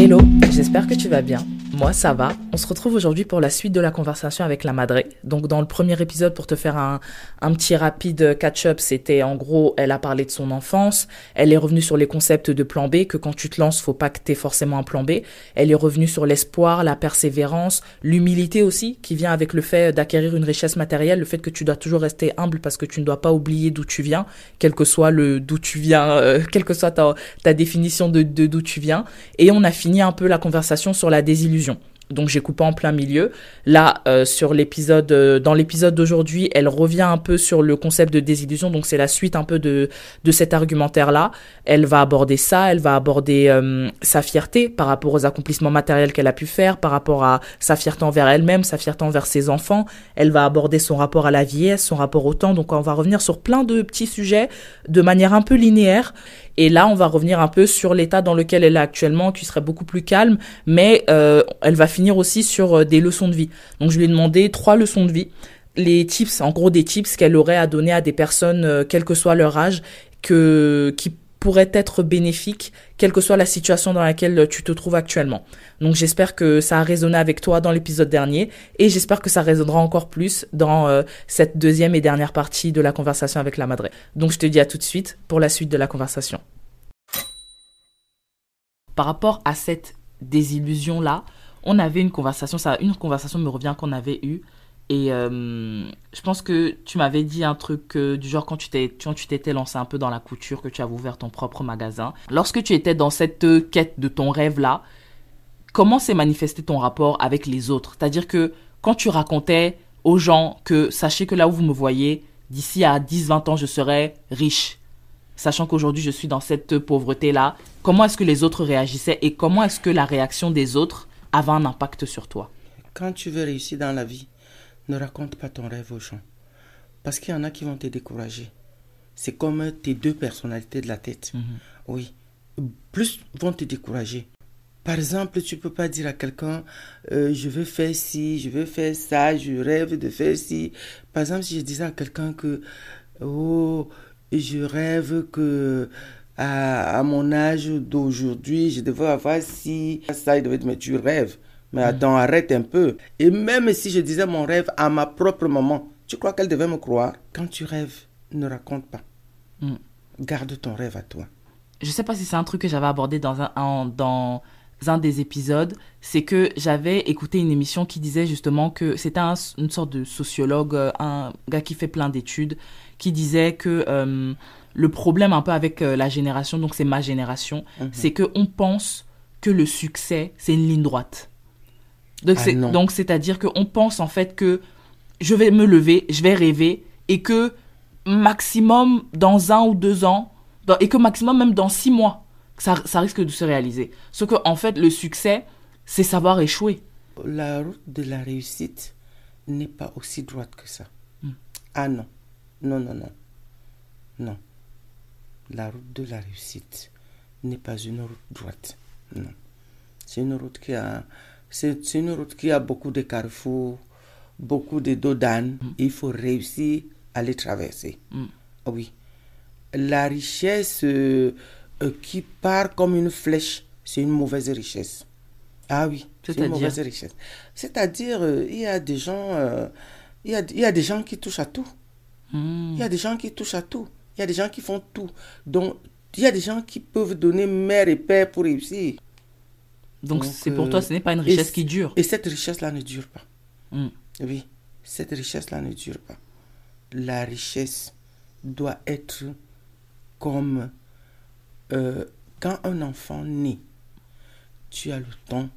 Hello, j'espère que tu vas bien. Moi, ça va. On se retrouve aujourd'hui pour la suite de la conversation avec la Madré. Donc, dans le premier épisode, pour te faire un petit rapide catch-up, c'était en gros, elle a parlé de son enfance. Elle est revenue sur les concepts de plan B, que quand tu te lances, faut pas que tu aies forcément un plan B. Elle est revenue sur l'espoir, la persévérance, l'humilité aussi, qui vient avec le fait d'acquérir une richesse matérielle, le fait que tu dois toujours rester humble parce que tu ne dois pas oublier d'où tu viens, quel que soit d'où tu viens, quelle que soit ta définition de d'où tu viens. Et on a fini un peu la conversation sur la désillusion. Donc j'ai coupé en plein milieu. Là, dans l'épisode d'aujourd'hui, elle revient un peu sur le concept de désillusion. Donc c'est la suite un peu de cet argumentaire-là. Elle va aborder ça, elle va aborder sa fierté par rapport aux accomplissements matériels qu'elle a pu faire, par rapport à sa fierté envers elle-même, sa fierté envers ses enfants. Elle va aborder son rapport à la vieillesse, son rapport au temps. Donc on va revenir sur plein de petits sujets de manière un peu linéaire. Et là, on va revenir un peu sur l'état dans lequel elle est actuellement, qui serait beaucoup plus calme, mais elle va finir aussi sur des leçons de vie. Donc, je lui ai demandé 3 leçons de vie, les tips, en gros des tips qu'elle aurait à donner à des personnes, quel que soit leur âge, qui pourraient être bénéfiques, quelle que soit la situation dans laquelle tu te trouves actuellement. Donc, j'espère que ça a résonné avec toi dans l'épisode dernier, et j'espère que ça résonnera encore plus dans cette deuxième et dernière partie de la conversation avec la Madré. Donc, je te dis à tout de suite pour la suite de la conversation. Par rapport à cette désillusion-là, on avait une conversation me revient qu'on avait eue. Et je pense que tu m'avais dit un truc du genre quand tu t'étais lancé un peu dans la couture, que tu avais ouvert ton propre magasin. Lorsque tu étais dans cette quête de ton rêve-là, comment s'est manifesté ton rapport avec les autres? C'est-à-dire que quand tu racontais aux gens que sachez que là où vous me voyez, d'ici à 10-20 ans, je serai riche, sachant qu'aujourd'hui je suis dans cette pauvreté-là, comment est-ce que les autres réagissaient et comment est-ce que la réaction des autres avait un impact sur toi? Quand tu veux réussir dans la vie, ne raconte pas ton rêve aux gens. Parce qu'il y en a qui vont te décourager. C'est comme tes 2 personnalités de la tête. Oui. Plus vont te décourager. Par exemple, tu ne peux pas dire à quelqu'un je veux faire ci, je veux faire ça, je rêve de faire ci. Par exemple, si je disais à quelqu'un que je rêve que à mon âge d'aujourd'hui, je devais avoir ci, ça, il devait dire mais tu rêves. Mais attends, arrête un peu. Et même si je disais mon rêve à ma propre maman, tu crois qu'elle devait me croire? Quand tu rêves, ne raconte pas. Garde ton rêve à toi. Je ne sais pas si c'est un truc que j'avais abordé dans un des épisodes. C'est que j'avais écouté une émission qui disait justement que c'était une sorte de sociologue, un gars qui fait plein d'études, qui disait que le problème un peu avec la génération, donc c'est ma génération, c'est qu'on pense que le succès, c'est une ligne droite. Donc, c'est-à-dire qu'on pense en fait que je vais me lever, je vais rêver et que maximum dans 1 ou 2 ans, et que maximum même dans 6 mois, ça risque de se réaliser. Sauf qu'en fait, le succès, c'est savoir échouer. La route de la réussite n'est pas aussi droite que ça. Ah non. Non. La route de la réussite n'est pas une route droite. Non. C'est une route qui a beaucoup de carrefours, beaucoup de dos d'âne. Il faut réussir à les traverser. Oui. La richesse qui part comme une flèche, c'est une mauvaise richesse. Ah oui, c'est une mauvaise richesse. C'est-à-dire, il y a des gens, il y a des gens qui touchent à tout. Il y a des gens qui touchent à tout. Il y a des gens qui font tout. Donc, il y a des gens qui peuvent donner mère et père pour réussir. Donc c'est pour toi, ce n'est pas une richesse qui dure. Et cette richesse-là ne dure pas. Oui, cette richesse-là ne dure pas. La richesse doit être comme quand un enfant naît, tu as le temps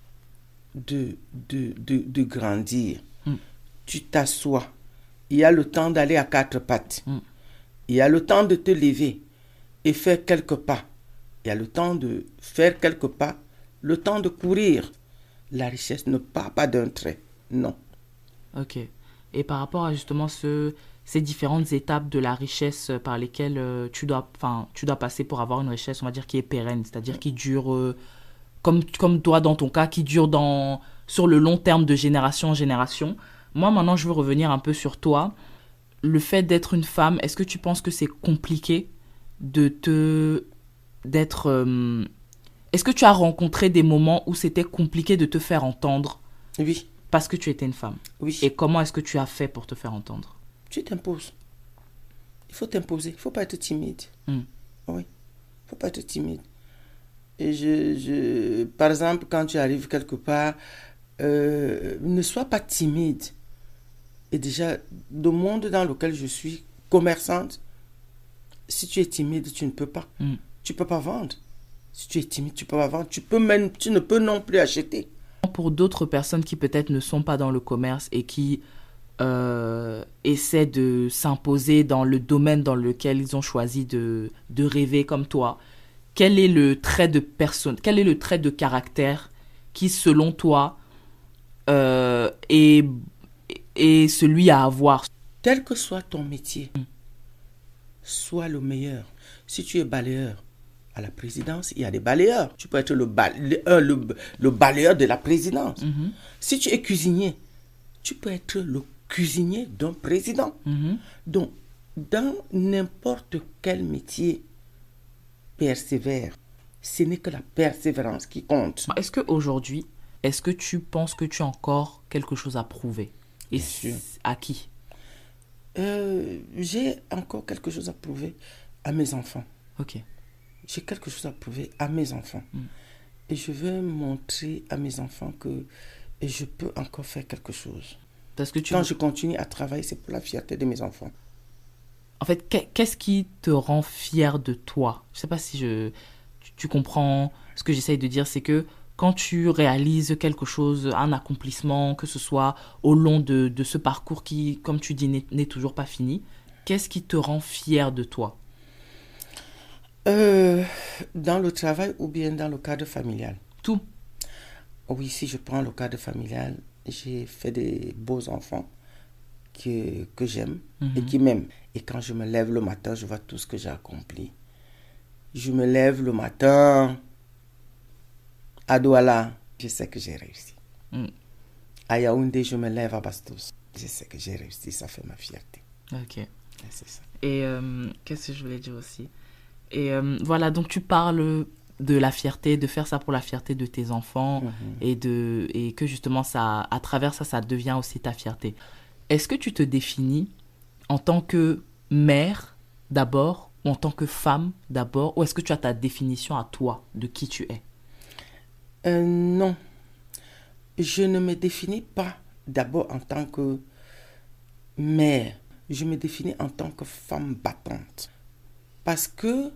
de grandir. Tu t'assois. Il y a le temps d'aller à 4 pattes. Il y a le temps de te lever et faire quelques pas. Il y a le temps de faire quelques pas. Le temps de courir. La richesse ne part pas d'un trait. Non. Ok. Et par rapport à justement ces différentes étapes de la richesse par lesquelles tu dois passer pour avoir une richesse, on va dire, qui est pérenne, c'est-à-dire qui dure, comme toi dans ton cas, qui dure sur le long terme de génération en génération. Moi, maintenant, je veux revenir un peu sur toi. Le fait d'être une femme, est-ce que tu penses que c'est compliqué d'être Est-ce que tu as rencontré des moments où c'était compliqué de te faire entendre Oui. parce que tu étais une femme? Oui. Et comment est-ce que tu as fait pour te faire entendre? Tu t'imposes. Il faut t'imposer. Il ne faut pas être timide. Oui. Il ne faut pas être timide. Et par exemple, quand tu arrives quelque part, ne sois pas timide. Et déjà, le monde dans lequel je suis, commerçante, si tu es timide, tu ne peux pas. Tu ne peux pas vendre. Si tu es timide, tu ne peux pas vendre. Tu ne peux non plus acheter. Pour d'autres personnes qui peut-être ne sont pas dans le commerce et qui essaient de s'imposer dans le domaine dans lequel ils ont choisi de rêver comme toi, quel est le trait de personne, quel est le trait de caractère qui, selon toi, est celui à avoir? Tel que soit ton métier, sois le meilleur. Si tu es balayeur à la présidence, il y a des balayeurs. Tu peux être le balayeur de la présidence. Si tu es cuisinier, tu peux être le cuisinier d'un président. Donc, dans n'importe quel métier, persévère. Ce n'est que la persévérance qui compte. Est-ce qu'aujourd'hui, est-ce que tu penses que tu as encore quelque chose à prouver? Et Bien sûr. À qui? J'ai encore quelque chose à prouver à mes enfants. Ok. J'ai quelque chose à prouver à mes enfants. Et je veux montrer à mes enfants que je peux encore faire quelque chose. Parce que Quand je continue à travailler, c'est pour la fierté de mes enfants. En fait, qu'est-ce qui te rend fier de toi? Je ne sais pas si tu comprends ce que j'essaye de dire. C'est que quand tu réalises quelque chose, un accomplissement, que ce soit au long de ce parcours qui, comme tu dis, n'est toujours pas fini, qu'est-ce qui te rend fier de toi? Dans le travail ou bien dans le cadre familial? Tout. Oui, si je prends le cadre familial, j'ai fait des beaux enfants que j'aime et qui m'aiment. Et quand je me lève le matin, je vois tout ce que j'ai accompli. Je me lève le matin à Douala, je sais que j'ai réussi. À Yaoundé, je me lève à Bastos, je sais que j'ai réussi, ça fait ma fierté. Ok. Et c'est ça. Et qu'est-ce que je voulais dire aussi? Et voilà, donc tu parles de la fierté, de faire ça pour la fierté de tes enfants et que justement, ça, à travers ça, ça devient aussi ta fierté. Est-ce que tu te définis en tant que mère d'abord ou en tant que femme d'abord, ou est-ce que tu as ta définition à toi de qui tu es? Non, je ne me définis pas d'abord en tant que mère, je me définis en tant que femme battante. Parce que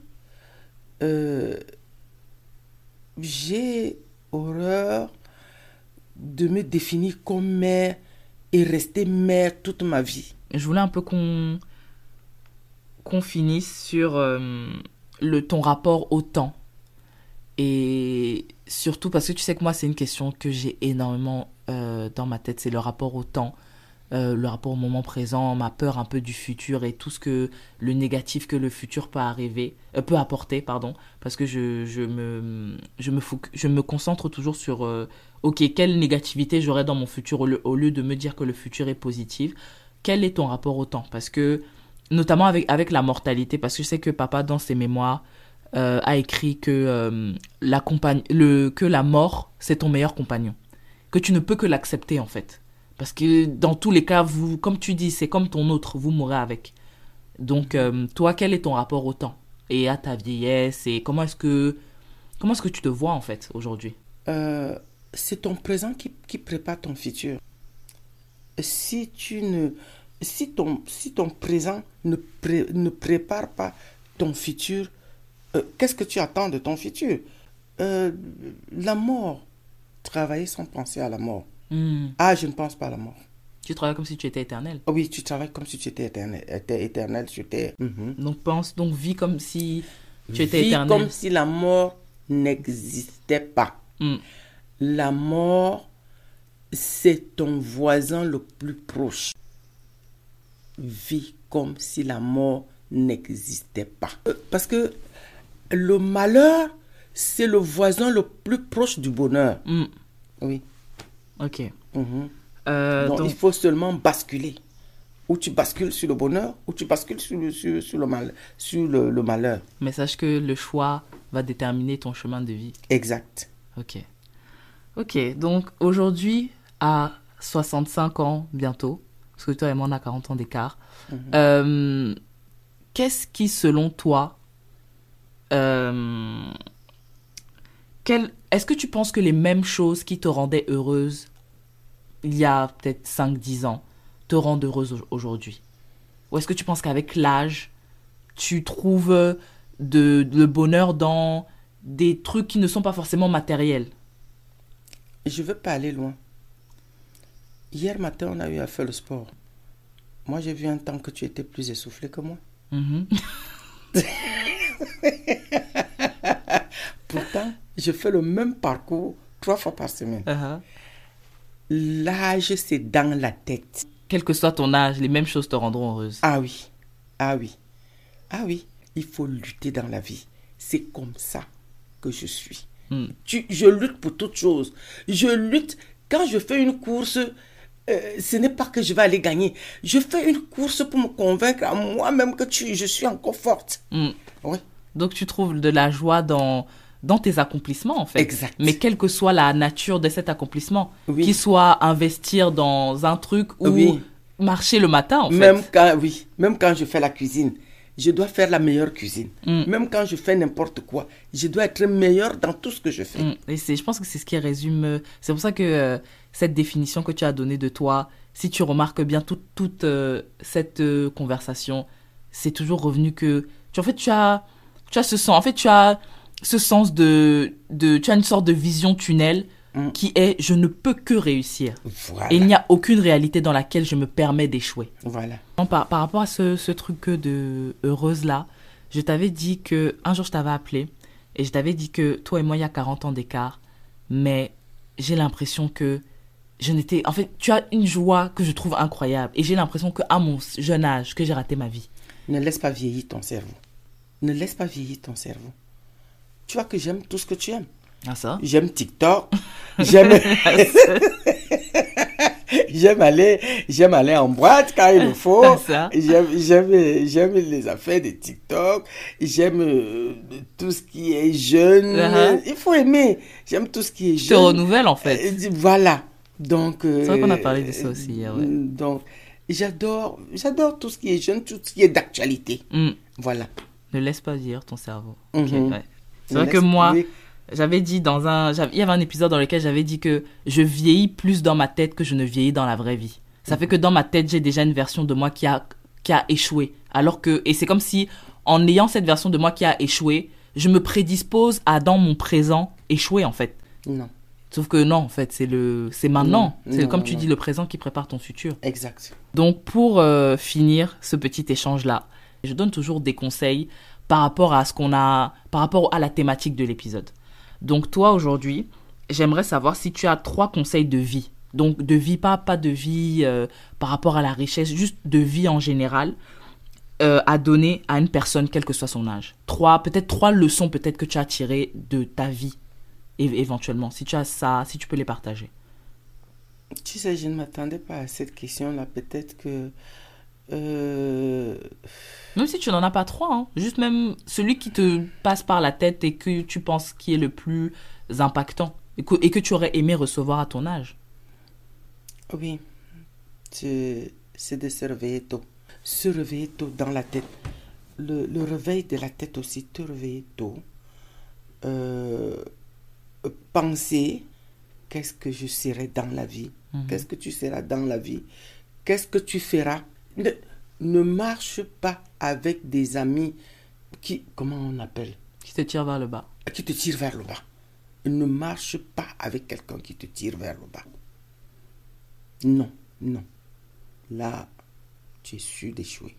j'ai horreur de me définir comme mère et rester mère toute ma vie. Je voulais un peu qu'on finisse sur ton rapport au temps. Et surtout parce que tu sais que moi, c'est une question que j'ai énormément dans ma tête. C'est le rapport au temps, le rapport au moment présent, ma peur un peu du futur et tout ce que le négatif que le futur peut apporter, pardon. Parce que je me concentre toujours sur ok, quelle négativité j'aurai dans mon futur au lieu de me dire que le futur est positif. Quel est ton rapport au temps? Parce que, notamment avec la mortalité, parce que je sais que papa, dans ses mémoires, a écrit que la mort, c'est ton meilleur compagnon. Que tu ne peux que l'accepter, en fait. Parce que dans tous les cas, comme tu dis, c'est comme ton autre, vous mourrez avec. Donc, toi, quel est ton rapport au temps et à ta vieillesse et comment est-ce que tu te vois, en fait, aujourd'hui? C'est ton présent qui prépare ton futur. Si ton présent ne prépare pas ton futur, qu'est-ce que tu attends de ton futur? La mort. Travailler sans penser à la mort. Ah, je ne pense pas à la mort. Tu travailles comme si tu étais éternel. Oh oui, tu travailles comme si tu étais éternel sur terre. Donc vis comme si tu étais éternel. Vis comme si la mort n'existait pas. La mort, c'est ton voisin le plus proche. Vis comme si la mort n'existait pas. Parce que le malheur, c'est le voisin le plus proche du bonheur. Oui. Ok. Donc, il faut seulement basculer ou tu bascules sur le bonheur, ou tu bascules sur le malheur. Mais sache que le choix va déterminer ton chemin de vie. Exact. Ok. Ok, donc aujourd'hui, à 65 ans bientôt, parce que toi et moi, on a 40 ans d'écart, qu'est-ce qui, selon toi, est-ce que tu penses que les mêmes choses qui te rendaient heureuse il y a peut-être 5-10 ans te rendent heureuse aujourd'hui? Ou est-ce que tu penses qu'avec l'âge, tu trouves le bonheur dans des trucs qui ne sont pas forcément matériels? Je ne veux pas aller loin. Hier matin, on a eu à faire le sport. Moi, j'ai vu un temps que tu étais plus essoufflé que moi. Pourtant, je fais le même parcours 3 fois par semaine. L'âge, c'est dans la tête. Quel que soit ton âge, les mêmes choses te rendront heureuse. Ah oui, ah oui, ah oui. Il faut lutter dans la vie. C'est comme ça que je suis. Je lutte pour toutes choses. Je lutte quand je fais une course. Ce n'est pas que je vais aller gagner. Je fais une course pour me convaincre à moi-même que je suis encore forte. Oui. Donc tu trouves de la joie dans tes accomplissements, en fait. Exact. Mais quelle que soit la nature de cet accomplissement, qu'il soit investir dans un truc ou marcher le matin, en fait. Même quand je fais la cuisine, je dois faire la meilleure cuisine. Même quand je fais n'importe quoi, je dois être meilleur dans tout ce que je fais. Et je pense que c'est ce qui résume... C'est pour ça que cette définition que tu as donnée de toi, si tu remarques bien toute cette conversation, c'est toujours revenu que... Tu as ce sens... En fait, tu as ce sens tu as une sorte de vision tunnel qui est « je ne peux que réussir ». Voilà. Et il n'y a aucune réalité dans laquelle je me permets d'échouer. Voilà. Par rapport à ce truc de heureuse là, je t'avais dit que un jour je t'avais appelé et je t'avais dit que toi et moi il y a 40 ans d'écart, mais j'ai l'impression que en fait, tu as une joie que je trouve incroyable et j'ai l'impression qu'à mon jeune âge, que j'ai raté ma vie. Ne laisse pas vieillir ton cerveau. Ne laisse pas vieillir ton cerveau. Tu vois que j'aime tout ce que tu aimes. Ah ça? J'aime TikTok. J'aime aller en boîte quand il le faut. J'aime les affaires de TikTok. J'aime tout ce qui est jeune. Il faut aimer. J'aime tout ce qui est jeune. Je te renouvelle en fait. Voilà. Donc, c'est vrai qu'on a parlé de ça aussi hier. Ouais. Donc, j'adore tout ce qui est jeune, tout ce qui est d'actualité. Voilà. Ne laisse pas vieillir ton cerveau. Okay, ouais. C'est vrai que moi, j'avais dit il y avait un épisode dans lequel j'avais dit que je vieillis plus dans ma tête que je ne vieillis dans la vraie vie. Ça fait que dans ma tête, j'ai déjà une version de moi qui a échoué. Et c'est comme si, en ayant cette version de moi qui a échoué, je me prédispose à, dans mon présent, échouer en fait. Non. Sauf que non, en fait, c'est maintenant. C'est comme tu dis, le présent qui prépare ton futur. Exact. Donc, pour finir ce petit échange-là, je donne toujours des conseils par rapport à la thématique de l'épisode. Donc, toi, aujourd'hui, j'aimerais savoir si tu as 3 conseils de vie. Donc, de vie, pas de vie par rapport à la richesse, juste de vie en général, à donner à une personne, quel que soit son âge. 3 leçons peut-être que tu as tirées de ta vie, éventuellement. Si tu as ça, si tu peux les partager. Tu sais, je ne m'attendais pas à cette question-là. Peut-être que... Même si tu n'en as pas 3, hein. Juste même celui qui te passe par la tête et que tu penses qui est le plus impactant et que tu aurais aimé recevoir à ton âge. Oui, c'est de se réveiller tôt. Se réveiller tôt dans la tête. Le réveil de la tête aussi, te réveiller tôt. Penser, qu'est-ce que je serai dans la vie? Qu'est-ce que tu seras dans la vie? Qu'est-ce que tu feras? Ne marche pas avec des amis comment on appelle? Qui te tirent vers le bas. Qui te tirent vers le bas. Ne marche pas avec quelqu'un qui te tire vers le bas. Non. Là, tu es sûr d'échouer.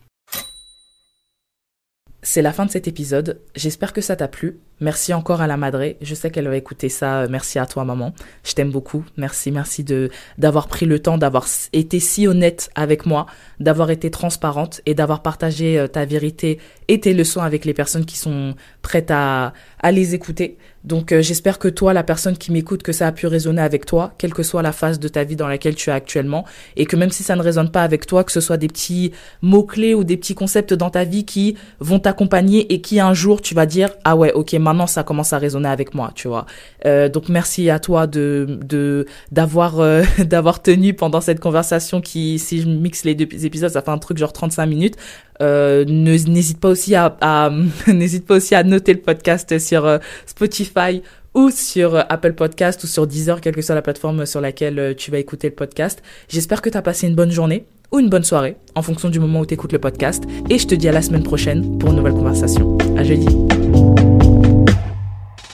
C'est la fin de cet épisode. J'espère que ça t'a plu. Merci encore à la Madré. Je sais qu'elle va écouter ça. Merci à toi, maman. Je t'aime beaucoup. Merci d'avoir pris le temps, d'avoir été si honnête avec moi, d'avoir été transparente et d'avoir partagé ta vérité et tes leçons avec les personnes qui sont prêtes à les écouter. Donc j'espère que toi, la personne qui m'écoute, que ça a pu résonner avec toi, quelle que soit la phase de ta vie dans laquelle tu es actuellement, et que même si ça ne résonne pas avec toi, que ce soit des petits mots-clés ou des petits concepts dans ta vie qui vont t'accompagner et qui un jour tu vas dire ah ouais, ok, maintenant ça commence à résonner avec moi, tu vois. Donc merci à toi d'avoir tenu pendant cette conversation qui, si je mixe les deux épisodes, ça fait un truc genre 35 minutes. N'hésite pas aussi à noter le podcast sur Spotify ou sur Apple Podcast ou sur Deezer, quelle que soit la plateforme sur laquelle tu vas écouter le podcast. J'espère que tu as passé une bonne journée ou une bonne soirée en fonction du moment où tu écoutes le podcast, et je te dis à la semaine prochaine pour une nouvelle conversation. À jeudi.